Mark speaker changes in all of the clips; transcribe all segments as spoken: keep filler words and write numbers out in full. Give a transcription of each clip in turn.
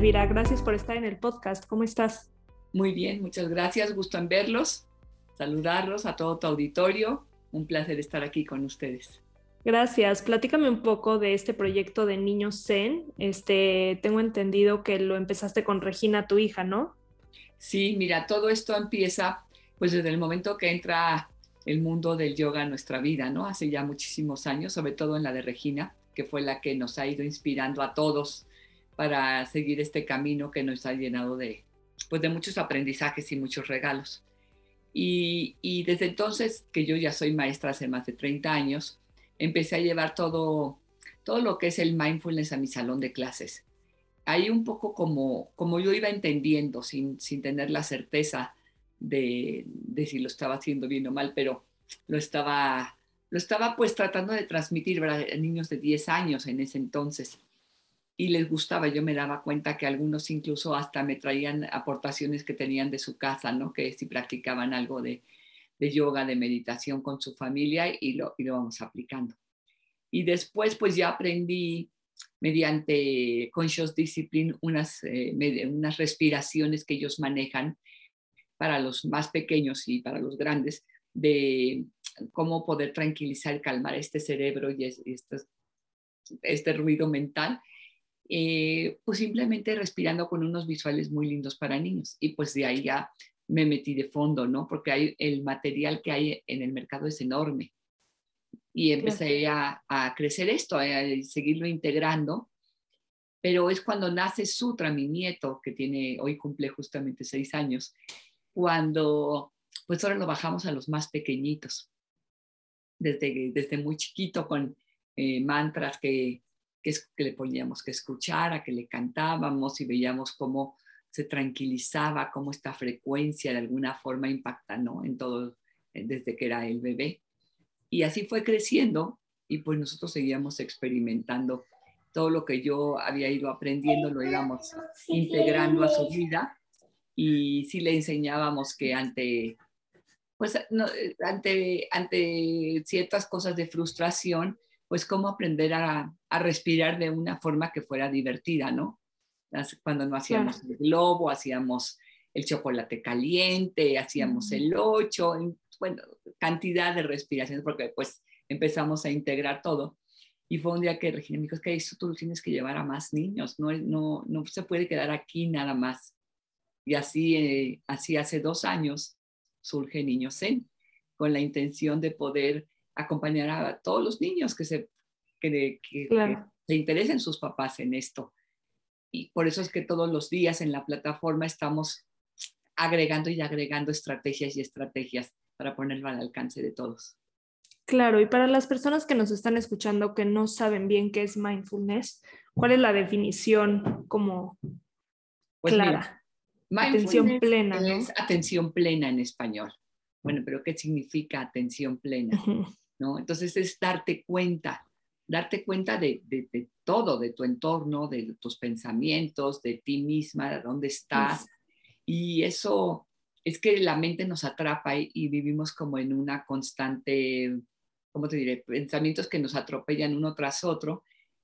Speaker 1: Elvira, gracias por estar en el podcast. ¿Cómo estás?
Speaker 2: Muy bien, muchas gracias. Gusto en verlos, saludarlos a todo tu auditorio. Un placer estar aquí con ustedes.
Speaker 1: Gracias. Platícame un poco de este proyecto de Niños Zen. Este, tengo entendido que lo empezaste con Regina, tu hija, ¿no?
Speaker 2: Sí, mira, todo esto empieza pues desde el momento que entra el mundo del yoga en nuestra vida, ¿no? Hace ya muchísimos años, sobre todo en la de Regina, que fue la que nos ha ido inspirando a todos para seguir este camino que nos ha llenado de, pues, de muchos aprendizajes y muchos regalos. Y, y desde entonces, que yo ya soy maestra hace más de treinta años, empecé a llevar todo, todo lo que es el mindfulness a mi salón de clases. Ahí un poco como, como yo iba entendiendo, sin, sin tener la certeza de, de si lo estaba haciendo bien o mal, pero lo estaba, lo estaba pues tratando de transmitir, ¿verdad?, a niños de diez años en ese entonces. Y les gustaba, yo me daba cuenta que algunos incluso hasta me traían aportaciones que tenían de su casa, ¿no? Que si practicaban algo de, de yoga, de meditación con su familia y lo, y lo vamos aplicando. Y después pues ya aprendí mediante Conscious Discipline unas, eh, unas respiraciones que ellos manejan para los más pequeños y para los grandes, de cómo poder tranquilizar y calmar este cerebro y este, este ruido mental. Eh, pues simplemente respirando con unos visuales muy lindos para niños. Y pues de ahí ya me metí de fondo, ¿no? Porque hay, el material que hay en el mercado es enorme. Y empecé a, a crecer esto, a seguirlo integrando. Pero es cuando nace Sutra, mi nieto, que tiene, hoy cumple justamente seis años, cuando pues ahora lo bajamos a los más pequeñitos. Desde, desde muy chiquito con eh, mantras que Que, es, que le poníamos que escuchara, que le cantábamos y veíamos cómo se tranquilizaba, cómo esta frecuencia de alguna forma impacta, ¿no? En todo, desde que era el bebé. Y así fue creciendo y pues nosotros seguíamos experimentando todo lo que yo había ido aprendiendo, lo íbamos integrando a su vida y sí le enseñábamos que ante, pues, no, ante, ante ciertas cosas de frustración, pues cómo aprender a, a respirar de una forma que fuera divertida, ¿no? Cuando no hacíamos
Speaker 1: Claro.
Speaker 2: el globo, hacíamos el chocolate caliente, hacíamos el ocho, bueno, cantidad de respiraciones, porque pues empezamos a integrar todo. Y fue un día que Regina me dijo, es que esto tú lo tienes que llevar a más niños, no, no, no se puede quedar aquí nada más. Y así, eh, así hace dos años surge Niños Zen, con la intención de poder acompañar a todos los niños que se, que, que, que
Speaker 1: Claro.
Speaker 2: se interesen sus papás en esto. Y por eso es que todos los días en la plataforma estamos agregando y agregando estrategias y estrategias para ponerlo al alcance de todos.
Speaker 1: Claro, y para las personas que nos están escuchando que no saben bien qué es mindfulness, ¿cuál es la definición como
Speaker 2: Pues mira,
Speaker 1: clara? Atención
Speaker 2: mindfulness
Speaker 1: plena,
Speaker 2: es
Speaker 1: ¿no?
Speaker 2: atención plena en español. Bueno, pero ¿qué significa atención plena?
Speaker 1: Uh-huh.
Speaker 2: ¿No? Entonces es darte cuenta, darte cuenta de, de, de todo, de tu entorno, de tus pensamientos, de ti misma, de dónde estás. Y eso es que la mente nos atrapa y, y vivimos como en una constante, ¿cómo te diré? Pensamientos que nos atropellan uno tras otro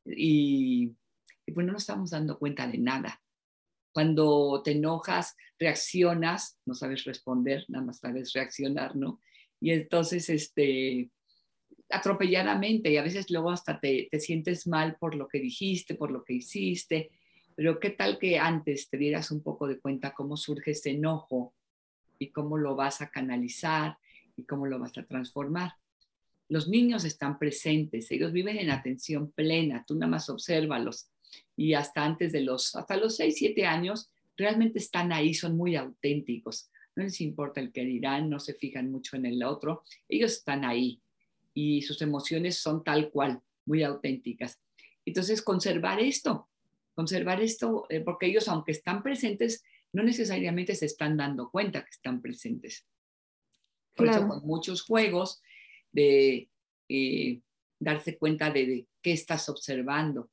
Speaker 2: y, y pues no nos estamos dando cuenta de nada. Cuando te enojas, reaccionas, no sabes responder, nada más sabes reaccionar, ¿no? Y entonces, este, atropelladamente, y a veces luego hasta te, te sientes mal por lo que dijiste, por lo que hiciste, pero qué tal que antes te dieras un poco de cuenta cómo surge ese enojo y cómo lo vas a canalizar y cómo lo vas a transformar. Los niños están presentes, ellos viven en atención plena, tú nada más obsérvalos y hasta antes de los, hasta los seis siete años, realmente están ahí, son muy auténticos, no les importa el que dirán, no se fijan mucho en el otro, ellos están ahí y sus emociones son tal cual, muy auténticas. Entonces, conservar esto, conservar esto, eh, porque ellos, aunque están presentes, no necesariamente se están dando cuenta que están presentes. Por eso,
Speaker 1: Claro.
Speaker 2: con muchos juegos, de eh, darse cuenta de, de qué estás observando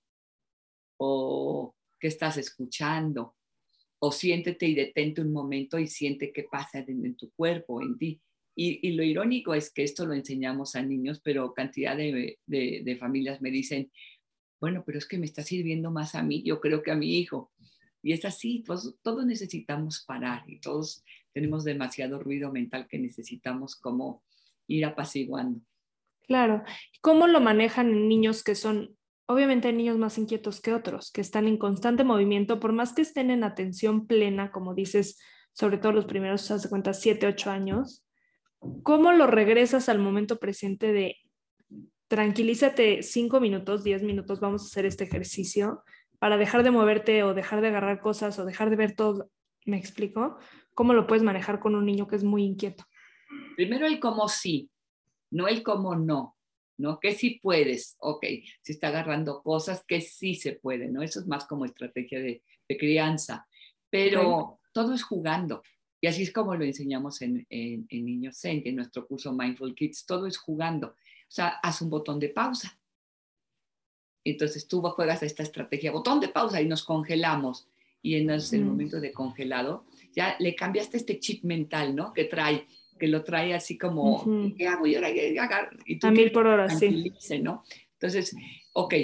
Speaker 2: o qué estás escuchando, o siéntete y detente un momento y siente qué pasa en, en tu cuerpo, en ti. Y, y, lo irónico es que esto lo enseñamos a niños, pero cantidad de, de, de familias me dicen, bueno, pero es que me está sirviendo más a mí, yo creo que a mi hijo. Y es así, pues todos necesitamos parar y todos tenemos demasiado ruido mental que necesitamos como ir apaciguando.
Speaker 1: Claro. ¿Cómo lo manejan en niños que son, obviamente hay niños más inquietos que otros, que están en constante movimiento, por más que estén en atención plena, como dices, sobre todo los primeros, haz de cuenta, siete, ocho años? ¿Cómo lo regresas al momento presente de tranquilízate cinco minutos, diez minutos, vamos a hacer este ejercicio para dejar de moverte o dejar de agarrar cosas o dejar de ver todo? ¿Me explico? ¿Cómo lo puedes manejar con un niño que es muy inquieto?
Speaker 2: Primero el cómo sí, no el cómo no, ¿no? Que sí puedes, ok, si está agarrando cosas que sí se puede, ¿no? Eso es más como estrategia de, de crianza,
Speaker 1: Ok.
Speaker 2: pero todo es jugando. Y así es como lo enseñamos en, en, en Niños Zen, en nuestro curso Mindful Kids, todo es jugando. O sea, haz un botón de pausa. Entonces tú juegas a esta estrategia, botón de pausa y nos congelamos. Y en el
Speaker 1: Mm.
Speaker 2: momento de congelado, ya le cambiaste este chip mental, ¿no? Que trae, que lo trae así como,
Speaker 1: Ujú.
Speaker 2: ¿qué hago? Y ahora, ¿qué hago? Y
Speaker 1: A
Speaker 2: tú
Speaker 1: mil
Speaker 2: quieres
Speaker 1: por
Speaker 2: que te
Speaker 1: hora, sí.
Speaker 2: tranquilice, ¿no? Entonces, ok,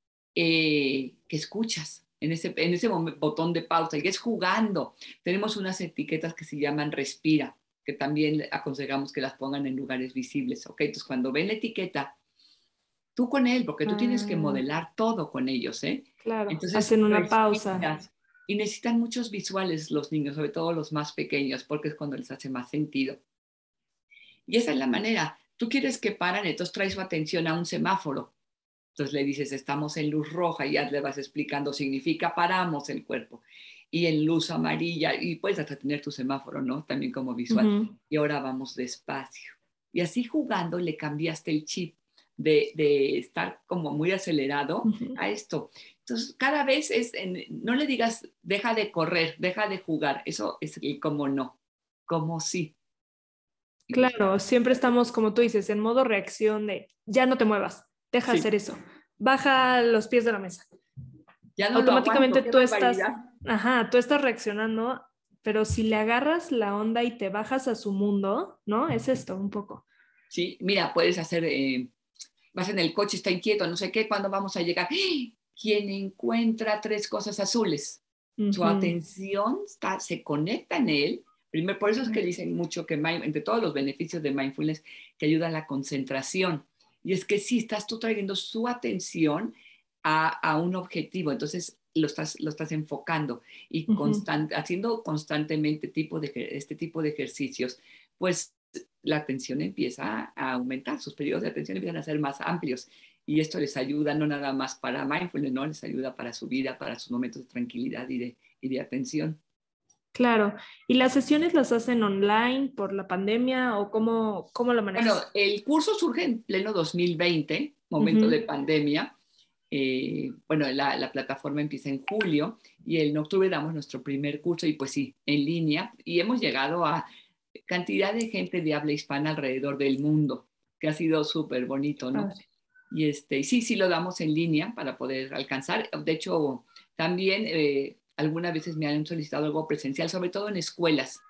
Speaker 2: eh, ¿qué escuchas? En ese, en ese momento, botón de pausa, y es jugando. Tenemos unas etiquetas que se llaman respira, que también aconsejamos que las pongan en lugares visibles, ¿ok? Entonces, cuando ven la etiqueta, tú con él, porque tú tienes que
Speaker 1: Ah,
Speaker 2: modelar todo con ellos, ¿eh?
Speaker 1: claro,
Speaker 2: Entonces
Speaker 1: hacen una pausa.
Speaker 2: respiras y necesitan muchos visuales los niños, sobre todo los más pequeños, porque es cuando les hace más sentido. Y esa es la manera. Tú quieres que paran, entonces traes su atención a un semáforo. Entonces le dices, estamos en luz roja y ya le vas explicando, significa paramos el cuerpo. Y en luz amarilla, y puedes hasta tener tu semáforo, ¿no? También como visual.
Speaker 1: Ujú.
Speaker 2: Y ahora vamos despacio. Y así jugando le cambiaste el chip de, de estar como muy acelerado
Speaker 1: Ujú.
Speaker 2: a esto. Entonces, cada vez es, en, no le digas, deja de correr, deja de jugar. Eso es el como no, como sí. Y los,
Speaker 1: Claro, siempre estamos, como tú dices, en modo reacción de ya no te muevas, deja de
Speaker 2: sí,
Speaker 1: hacer eso, baja los pies de la mesa.
Speaker 2: ya no lo
Speaker 1: Automáticamente
Speaker 2: aguanto, qué
Speaker 1: tú estás,
Speaker 2: barbaridad.
Speaker 1: ajá, tú estás reaccionando, pero si le agarras la onda y te bajas a su mundo, ¿no? Es esto un poco.
Speaker 2: Sí, mira, puedes hacer, eh, vas en el coche, está inquieto, no sé qué, ¿cuándo vamos a llegar? ¡Ah! Quien encuentra tres cosas azules, su
Speaker 1: Ujú.
Speaker 2: atención está, se conecta en él. Primero, por eso es que
Speaker 1: Claro.
Speaker 2: dicen mucho que mind- entre todos los beneficios de mindfulness, que ayuda a la concentración. Y es que sí, estás tú trayendo su atención a, a un objetivo, entonces lo estás, lo estás enfocando y
Speaker 1: Ujú.
Speaker 2: constant, haciendo constantemente tipo de, este tipo de ejercicios, pues la atención empieza a aumentar, sus periodos de atención empiezan a ser más amplios y esto les ayuda no nada más para mindfulness, ¿no? Les ayuda para su vida, para sus momentos de tranquilidad y de, y de atención.
Speaker 1: Claro. ¿Y las sesiones las hacen online por la pandemia o cómo, cómo lo
Speaker 2: Bueno,
Speaker 1: manejas?
Speaker 2: el curso surge en pleno dos mil veinte, momento de
Speaker 1: Ujú.
Speaker 2: pandemia. Eh, bueno, la, la, plataforma empieza en julio y en octubre damos nuestro primer curso y pues sí, en línea. Y hemos llegado a cantidad de gente de habla hispana alrededor del mundo, que ha sido súper
Speaker 1: Qué
Speaker 2: bonito, ¿no?
Speaker 1: padre.
Speaker 2: Y este, sí, sí lo damos en línea para poder alcanzar. De hecho, también eh, algunas veces me han solicitado algo presencial, sobre todo en escuelas.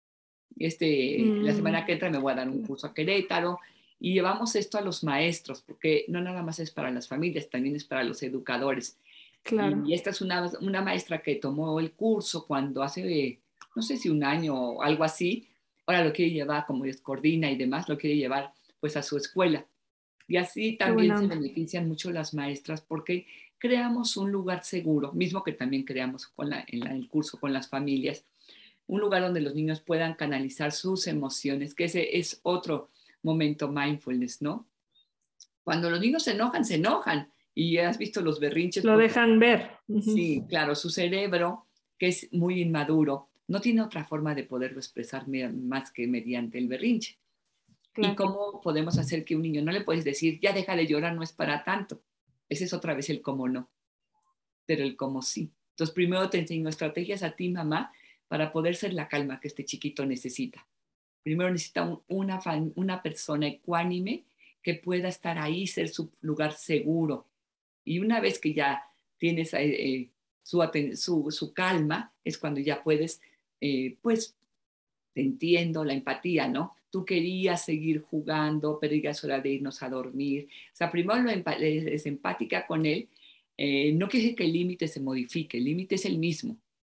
Speaker 2: Este, la
Speaker 1: Mm,
Speaker 2: semana que entra me voy a dar un
Speaker 1: claro.
Speaker 2: curso a Querétaro y llevamos esto a los maestros, porque no nada más es para las familias, también es para los educadores.
Speaker 1: Claro.
Speaker 2: Y esta es una, una maestra que tomó el curso cuando hace, no sé si un año o algo así, ahora lo quiere llevar, como es coordina y demás, lo quiere llevar pues a su escuela. Y así
Speaker 1: Qué
Speaker 2: también
Speaker 1: buena
Speaker 2: se
Speaker 1: onda.
Speaker 2: benefician mucho las maestras porque creamos un lugar seguro, mismo que también creamos con la, en la, el curso con las familias, un lugar donde los niños puedan canalizar sus emociones, que ese es otro momento mindfulness, ¿no? Cuando los niños se enojan, se enojan. Y has visto los berrinches
Speaker 1: Lo
Speaker 2: porque,
Speaker 1: dejan ver. Ujú.
Speaker 2: sí, claro, su cerebro, que es muy inmaduro, no tiene otra forma de poderlo expresar más que mediante el berrinche. ¿Y
Speaker 1: Claro.
Speaker 2: cómo podemos hacer que un niño no le puedes decir, ya deja de llorar, no es para tanto? Ese es otra vez el cómo no, pero el cómo sí. Entonces, primero te enseño estrategias a ti, mamá, para poder ser la calma que este chiquito necesita. Primero necesita un- una, una persona ecuánime que pueda estar ahí, ser su lugar seguro. Y una vez que ya tienes eh, eh, su, su, su, calma, es cuando ya puedes, eh, pues, te entiendo, la empatía, ¿no? Tú querías seguir jugando, pero ya es hora de irnos a dormir. O sea, primero lo empa es empática con él. Eh, no quiere decir que el límite se modifique, el límite es el mismo,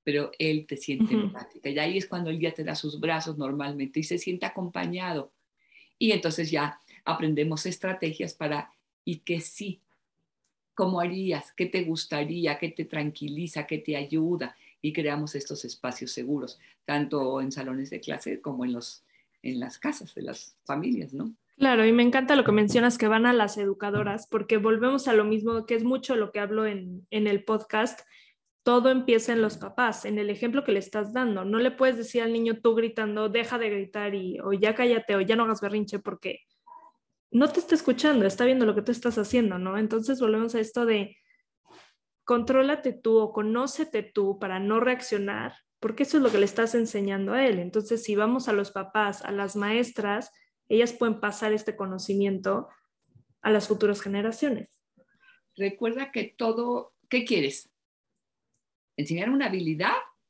Speaker 2: pero él te siente
Speaker 1: Uh-huh.
Speaker 2: empática. Y ahí es cuando él ya te da sus brazos normalmente y se siente acompañado. Y entonces ya aprendemos estrategias para, y que sí, ¿cómo harías? ¿Qué te gustaría? ¿Qué te tranquiliza? ¿Qué te ayuda? Y creamos estos espacios seguros, tanto en salones de clase como en, los, en las casas de las familias, ¿no?
Speaker 1: Claro, y me encanta lo que mencionas que van a las educadoras, porque volvemos a lo mismo, que es mucho lo que hablo en, en el podcast. Todo empieza en los papás, en el ejemplo que le estás dando. No le puedes decir al niño tú gritando, deja de gritar y o ya cállate o ya no hagas berrinche porque no te está escuchando, está viendo lo que tú estás haciendo, ¿no? Entonces volvemos a esto de contrólate tú o conócete tú para no reaccionar, porque eso es lo que le estás enseñando a él. Entonces, si vamos a los papás, a las maestras, ellas pueden pasar este conocimiento a las futuras generaciones.
Speaker 2: Recuerda que todo, ¿qué quieres? ¿Enseñar una habilidad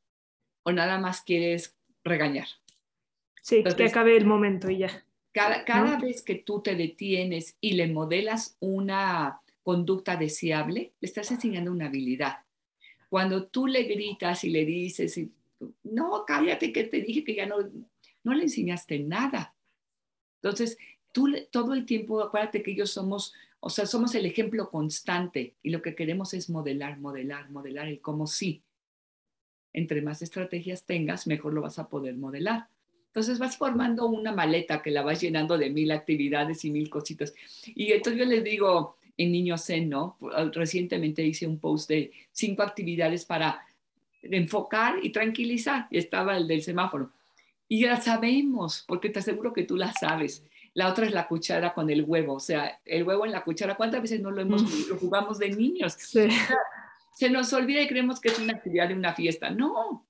Speaker 2: o nada más quieres regañar?
Speaker 1: Sí, que
Speaker 2: Entonces,
Speaker 1: acabe el momento y ya.
Speaker 2: cada, cada
Speaker 1: ¿No?
Speaker 2: vez que tú te detienes y le modelas una conducta deseable, le estás enseñando una habilidad. Cuando tú le gritas y le dices, no, cállate que te dije que ya no, no le enseñaste nada. Entonces, tú todo el tiempo, acuérdate que ellos somos, o sea, somos el ejemplo constante y lo que queremos es modelar, modelar, modelar el cómo sí. Entre más estrategias tengas, mejor lo vas a poder modelar. Entonces vas formando una maleta que la vas llenando de mil actividades y mil cositas. Y entonces yo les digo en Niño Zen, ¿no? Recientemente hice un post de cinco actividades para enfocar y tranquilizar. Y estaba el del semáforo. Y ya sabemos, porque te aseguro que tú la sabes. La otra es la cuchara con el huevo. O sea, el huevo en la cuchara. ¿Cuántas veces no lo hemos
Speaker 1: Mm.
Speaker 2: lo jugamos de niños?
Speaker 1: Sí.
Speaker 2: Se nos olvida y creemos que es una actividad de una fiesta. No,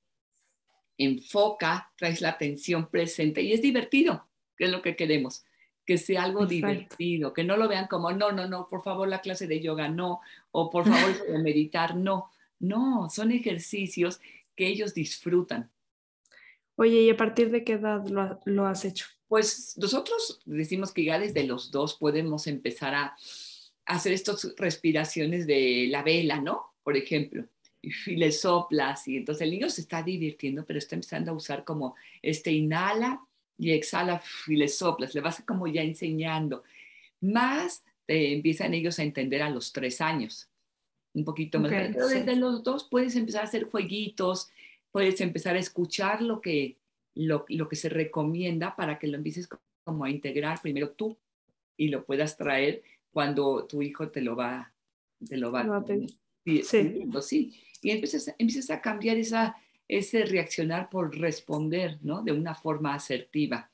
Speaker 2: enfoca, traes la atención presente y es divertido, que es lo que queremos, que sea algo
Speaker 1: Exacto.
Speaker 2: divertido, que no lo vean como, no, no, no, por favor la clase de yoga, no, o por favor eso de meditar, no, no, son ejercicios que ellos disfrutan.
Speaker 1: Oye, ¿y a partir de qué edad lo, lo has hecho?
Speaker 2: Pues nosotros decimos que ya desde los dos podemos empezar a hacer estas respiraciones de la vela, ¿no? Por ejemplo, y le soplas y entonces el niño se está divirtiendo, pero está empezando a usar como este inhala y exhala y le soplas, le vas como ya enseñando. Más eh, empiezan ellos a entender a los tres años, un poquito más.
Speaker 1: Ok,
Speaker 2: Pero
Speaker 1: sí.
Speaker 2: desde los dos puedes empezar a hacer jueguitos, puedes empezar a escuchar lo que, lo, lo que se recomienda para que lo empieces como a integrar primero tú y lo puedas traer cuando tu hijo te lo va, te lo
Speaker 1: Te lo
Speaker 2: va
Speaker 1: voy a pedir. Sí,
Speaker 2: pidiendo, sí. Y empiezas, empiezas a cambiar esa, ese reaccionar por responder, ¿no? De una forma asertiva.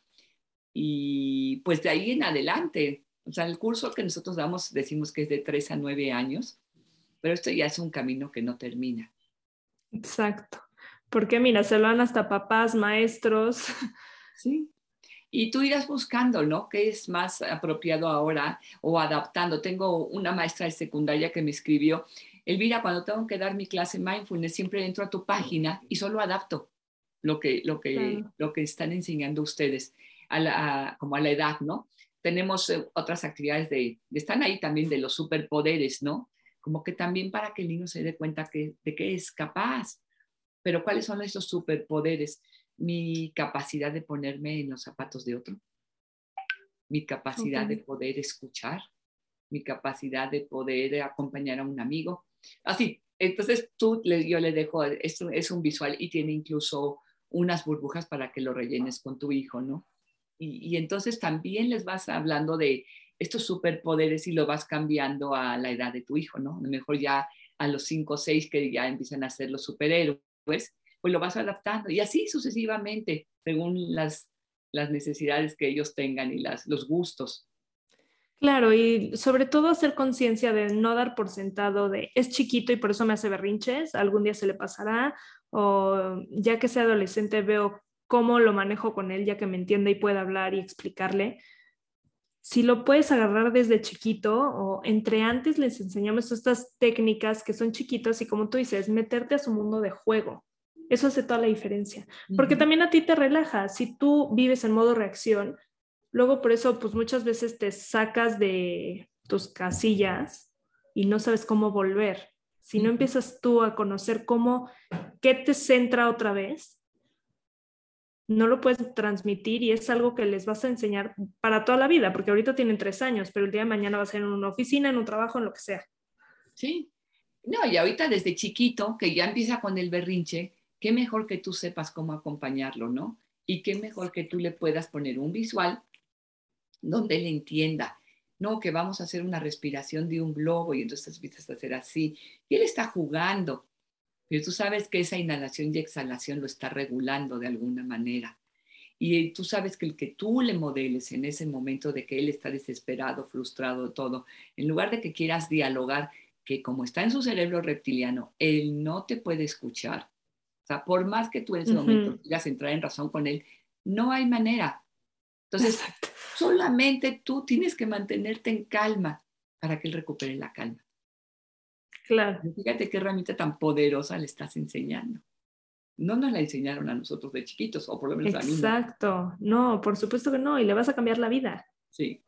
Speaker 2: Y pues de ahí en adelante, o sea, el curso que nosotros damos decimos que es de tres a nueve años, pero esto ya es un camino que no termina.
Speaker 1: exacto. Porque mira, se lo dan hasta papás, maestros.
Speaker 2: Sí. Y tú irás buscando, ¿no? ¿Qué es más apropiado ahora o adaptando? Tengo una maestra de secundaria que me escribió, Elvira, cuando tengo que dar mi clase mindfulness, siempre entro a tu página y solo adapto lo que, lo que,
Speaker 1: Claro.
Speaker 2: lo que están enseñando ustedes, a la, a, como a la edad, ¿no? Tenemos eh, otras actividades de, están ahí también de los superpoderes, ¿no? Como que también para que el niño se dé cuenta que, de qué es capaz. Pero ¿cuáles son esos superpoderes? Mi capacidad de ponerme en los zapatos de otro, mi
Speaker 1: Ok.
Speaker 2: capacidad de poder escuchar, mi capacidad de poder acompañar a un amigo. Así, entonces tú, yo le dejo, esto es un visual y tiene incluso unas burbujas para que lo rellenes con tu hijo, ¿no? Y, y entonces también les vas hablando de estos superpoderes y lo vas cambiando a la edad de tu hijo, ¿no? A lo mejor ya a los cinco o seis que ya empiezan a ser los superhéroes, pues lo vas adaptando y así sucesivamente, según las, las necesidades que ellos tengan y las, los gustos.
Speaker 1: Claro, y sobre todo hacer conciencia de no dar por sentado de es chiquito y por eso me hace berrinches, algún día se le pasará, o ya que sea adolescente veo cómo lo manejo con él, ya que me entiende y puede hablar y explicarle. Si lo puedes agarrar desde chiquito o entre antes les enseñamos estas técnicas que son chiquitas y como tú dices, meterte a su mundo de juego. Eso hace toda la diferencia, porque
Speaker 2: Uh-huh.
Speaker 1: también a ti te relaja. Si tú vives en modo reacción, luego por eso pues muchas veces te sacas de tus casillas y no sabes cómo volver. si no empiezas tú a conocer cómo, qué te centra otra vez, no lo puedes transmitir y es algo que les vas a enseñar para toda la vida, porque ahorita tienen tres años, pero el día de mañana va a ser en una oficina, en un trabajo, en lo que sea.
Speaker 2: Sí. No, y ahorita desde chiquito, que ya empieza con el berrinche, qué mejor que tú sepas cómo acompañarlo, ¿no? Y qué mejor que tú le puedas poner un visual donde él entienda, no, que vamos a hacer una respiración de un globo y entonces empiezas a hacer así. Y él está jugando, pero tú sabes que esa inhalación y exhalación lo está regulando de alguna manera. Y tú sabes que el que tú le modeles en ese momento de que él está desesperado, frustrado, todo, en lugar de que quieras dialogar, que como está en su cerebro reptiliano, él no te puede escuchar. O sea, por más que tú en ese momento
Speaker 1: Uh-huh.
Speaker 2: quieras entrar en razón con él, no hay manera. Entonces,
Speaker 1: Exacto.
Speaker 2: solamente tú tienes que mantenerte en calma para que él recupere la calma.
Speaker 1: Claro.
Speaker 2: Fíjate qué herramienta tan poderosa le estás enseñando. No nos la enseñaron a nosotros de chiquitos, o por lo menos a mí no.
Speaker 1: Exacto. No, por supuesto que no, y le vas a cambiar la vida.
Speaker 2: Sí.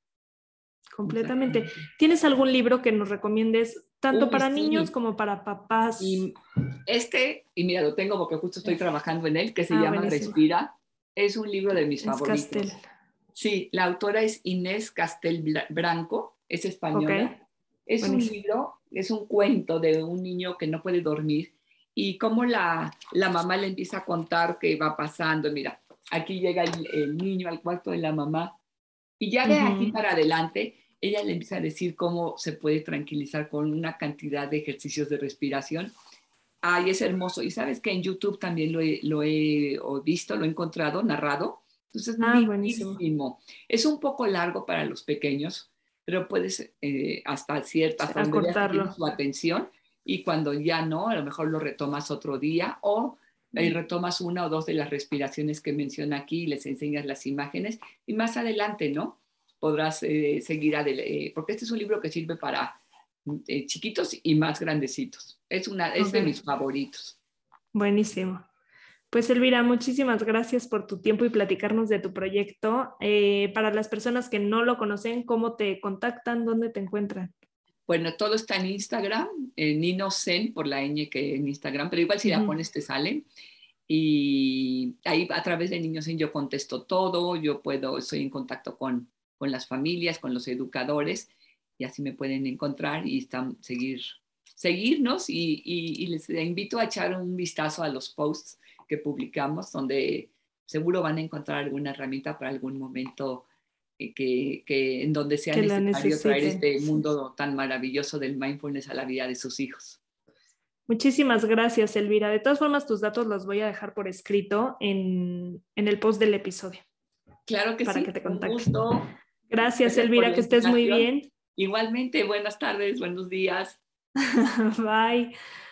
Speaker 1: Completamente. ¿Tienes algún libro que nos recomiendes tanto
Speaker 2: Uy,
Speaker 1: para
Speaker 2: sí.
Speaker 1: niños como para papás?
Speaker 2: Y este, y mira, lo tengo porque justo estoy trabajando en él, que se
Speaker 1: Ah,
Speaker 2: llama
Speaker 1: buenísimo.
Speaker 2: Respira. Es un libro de mis
Speaker 1: Es
Speaker 2: favoritos.
Speaker 1: Castel.
Speaker 2: Sí, la autora es Inés Castel Branco, es española.
Speaker 1: Ok.
Speaker 2: Es un
Speaker 1: Buenísimo.
Speaker 2: libro, es un cuento de un niño que no puede dormir y cómo la, la mamá le empieza a contar qué va pasando. Mira, aquí llega el, el niño al cuarto de la mamá y ya de aquí
Speaker 1: Uh-huh.
Speaker 2: para adelante ella le empieza a decir cómo se puede tranquilizar con una cantidad de ejercicios de respiración. Ay, es hermoso. Y sabes que en YouTube también lo he, lo he visto, lo he encontrado narrado. Entonces,
Speaker 1: Ah, buenísimo.
Speaker 2: lindísimo. Es un poco largo para los pequeños, pero puedes eh, hasta cierta, hasta donde veas que tienes
Speaker 1: Acortarlo.
Speaker 2: su atención y cuando ya no, a lo mejor lo retomas otro día o eh, retomas una o dos de las respiraciones que menciona aquí y les enseñas las imágenes y más adelante, ¿no? Podrás eh, seguir adelante, eh, porque este es un libro que sirve para eh, chiquitos y más grandecitos. Es, una, es de
Speaker 1: Ok.
Speaker 2: mis favoritos.
Speaker 1: Buenísimo. Pues Elvira, muchísimas gracias por tu tiempo y platicarnos de tu proyecto. Eh, para las personas que no lo conocen, ¿cómo te contactan? ¿Dónde te encuentran?
Speaker 2: Bueno, todo está en Instagram, eh, Nino Zen por la ñ que en Instagram, pero igual si la
Speaker 1: Uh-huh.
Speaker 2: pones te sale. Y ahí a través de Niño Zen yo contesto todo, yo puedo, estoy en contacto con, con las familias, con los educadores, y así me pueden encontrar y están, seguir, seguirnos y, y, y les invito a echar un vistazo a los posts que publicamos, donde seguro van a encontrar alguna herramienta para algún momento eh, que, que en donde sea
Speaker 1: Que la
Speaker 2: necesario traer
Speaker 1: necesiten.
Speaker 2: este mundo tan maravilloso del mindfulness a la vida de sus hijos.
Speaker 1: Muchísimas gracias, Elvira. De todas formas, tus datos los voy a dejar por escrito en, en el post del episodio
Speaker 2: Claro que
Speaker 1: para que
Speaker 2: sí,
Speaker 1: te
Speaker 2: un
Speaker 1: contacten.
Speaker 2: gusto.
Speaker 1: Gracias,
Speaker 2: Gracias por
Speaker 1: Elvira,
Speaker 2: la
Speaker 1: que estés muy
Speaker 2: invitación.
Speaker 1: bien.
Speaker 2: Igualmente, buenas tardes, buenos días.
Speaker 1: Bye.